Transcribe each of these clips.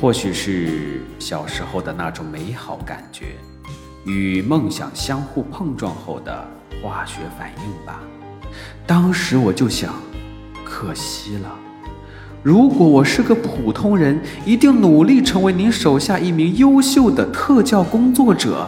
或许是小时候的那种美好感觉，与梦想相互碰撞后的化学反应吧。当时我就想，可惜了，如果我是个普通人，一定努力成为您手下一名优秀的特教工作者。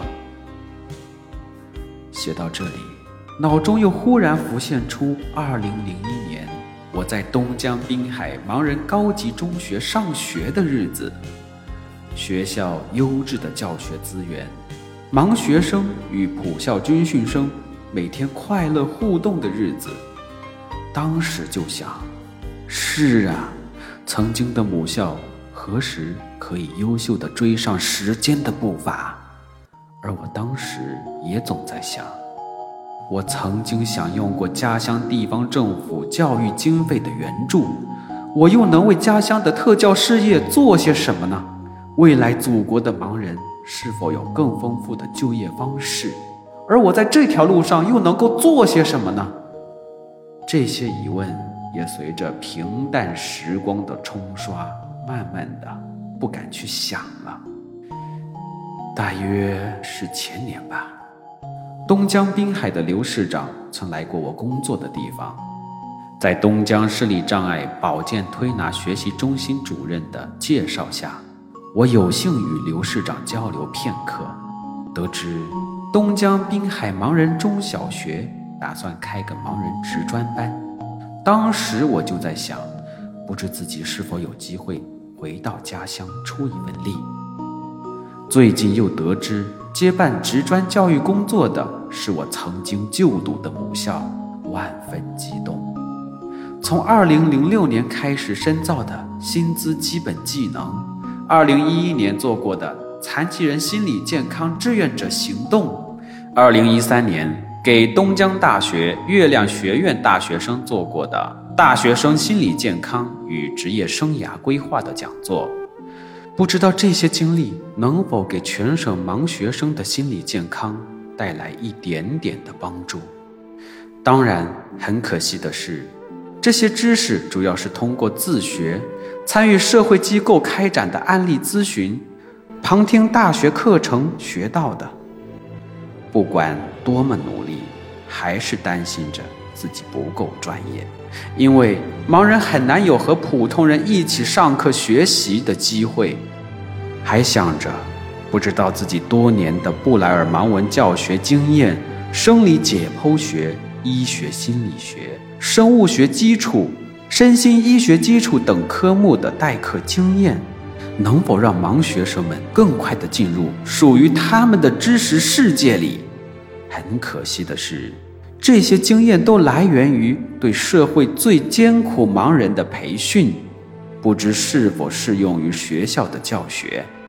写到这里，脑中又忽然浮现出2001年我在东江滨海盲人高级中学上学的日子，学校优质的教学资源，盲学生与普校军训生每天快乐互动的日子。当时就想，是啊，曾经的母校何时可以优秀地追上时间的步伐？而我当时也总在想，我曾经享用过家乡地方政府教育经费的援助，我又能为家乡的特教事业做些什么呢？未来祖国的盲人是否有更丰富的就业方式？而我在这条路上又能够做些什么呢？这些疑问也随着平淡时光的冲刷，慢慢的不敢去想了。大约是前年吧，东江滨海的刘市长曾来过我工作的地方，在东江视力障碍保健推拿学习中心主任的介绍下，我有幸与刘市长交流片刻，得知东江滨海盲人中小学打算开个盲人职专班。当时我就在想，不知自己是否有机会回到家乡出一份力。最近又得知接办职专教育工作的是我曾经就读的母校，万分激动。从2006年开始深造的薪资基本技能，2011年做过的残疾人心理健康志愿者行动，2013年给东江大学月亮学院大学生做过的大学生心理健康与职业生涯规划的讲座。不知道这些经历能否给全省盲学生的心理健康带来一点点的帮助。当然，很可惜的是，这些知识主要是通过自学、参与社会机构开展的案例咨询、旁听大学课程学到的。不管多么努力，还是担心着自己不够专业，因为盲人很难有和普通人一起上课学习的机会。还想着不知道自己多年的布莱尔盲文教学经验、生理解剖学、医学心理学、生物学基础、身心医学基础等科目的代课经验，能否让盲学生们更快地进入属于他们的知识世界里？很可惜的是，这些经验都来源于对社会最艰苦盲人的培训，不知是否适用于学校的教学。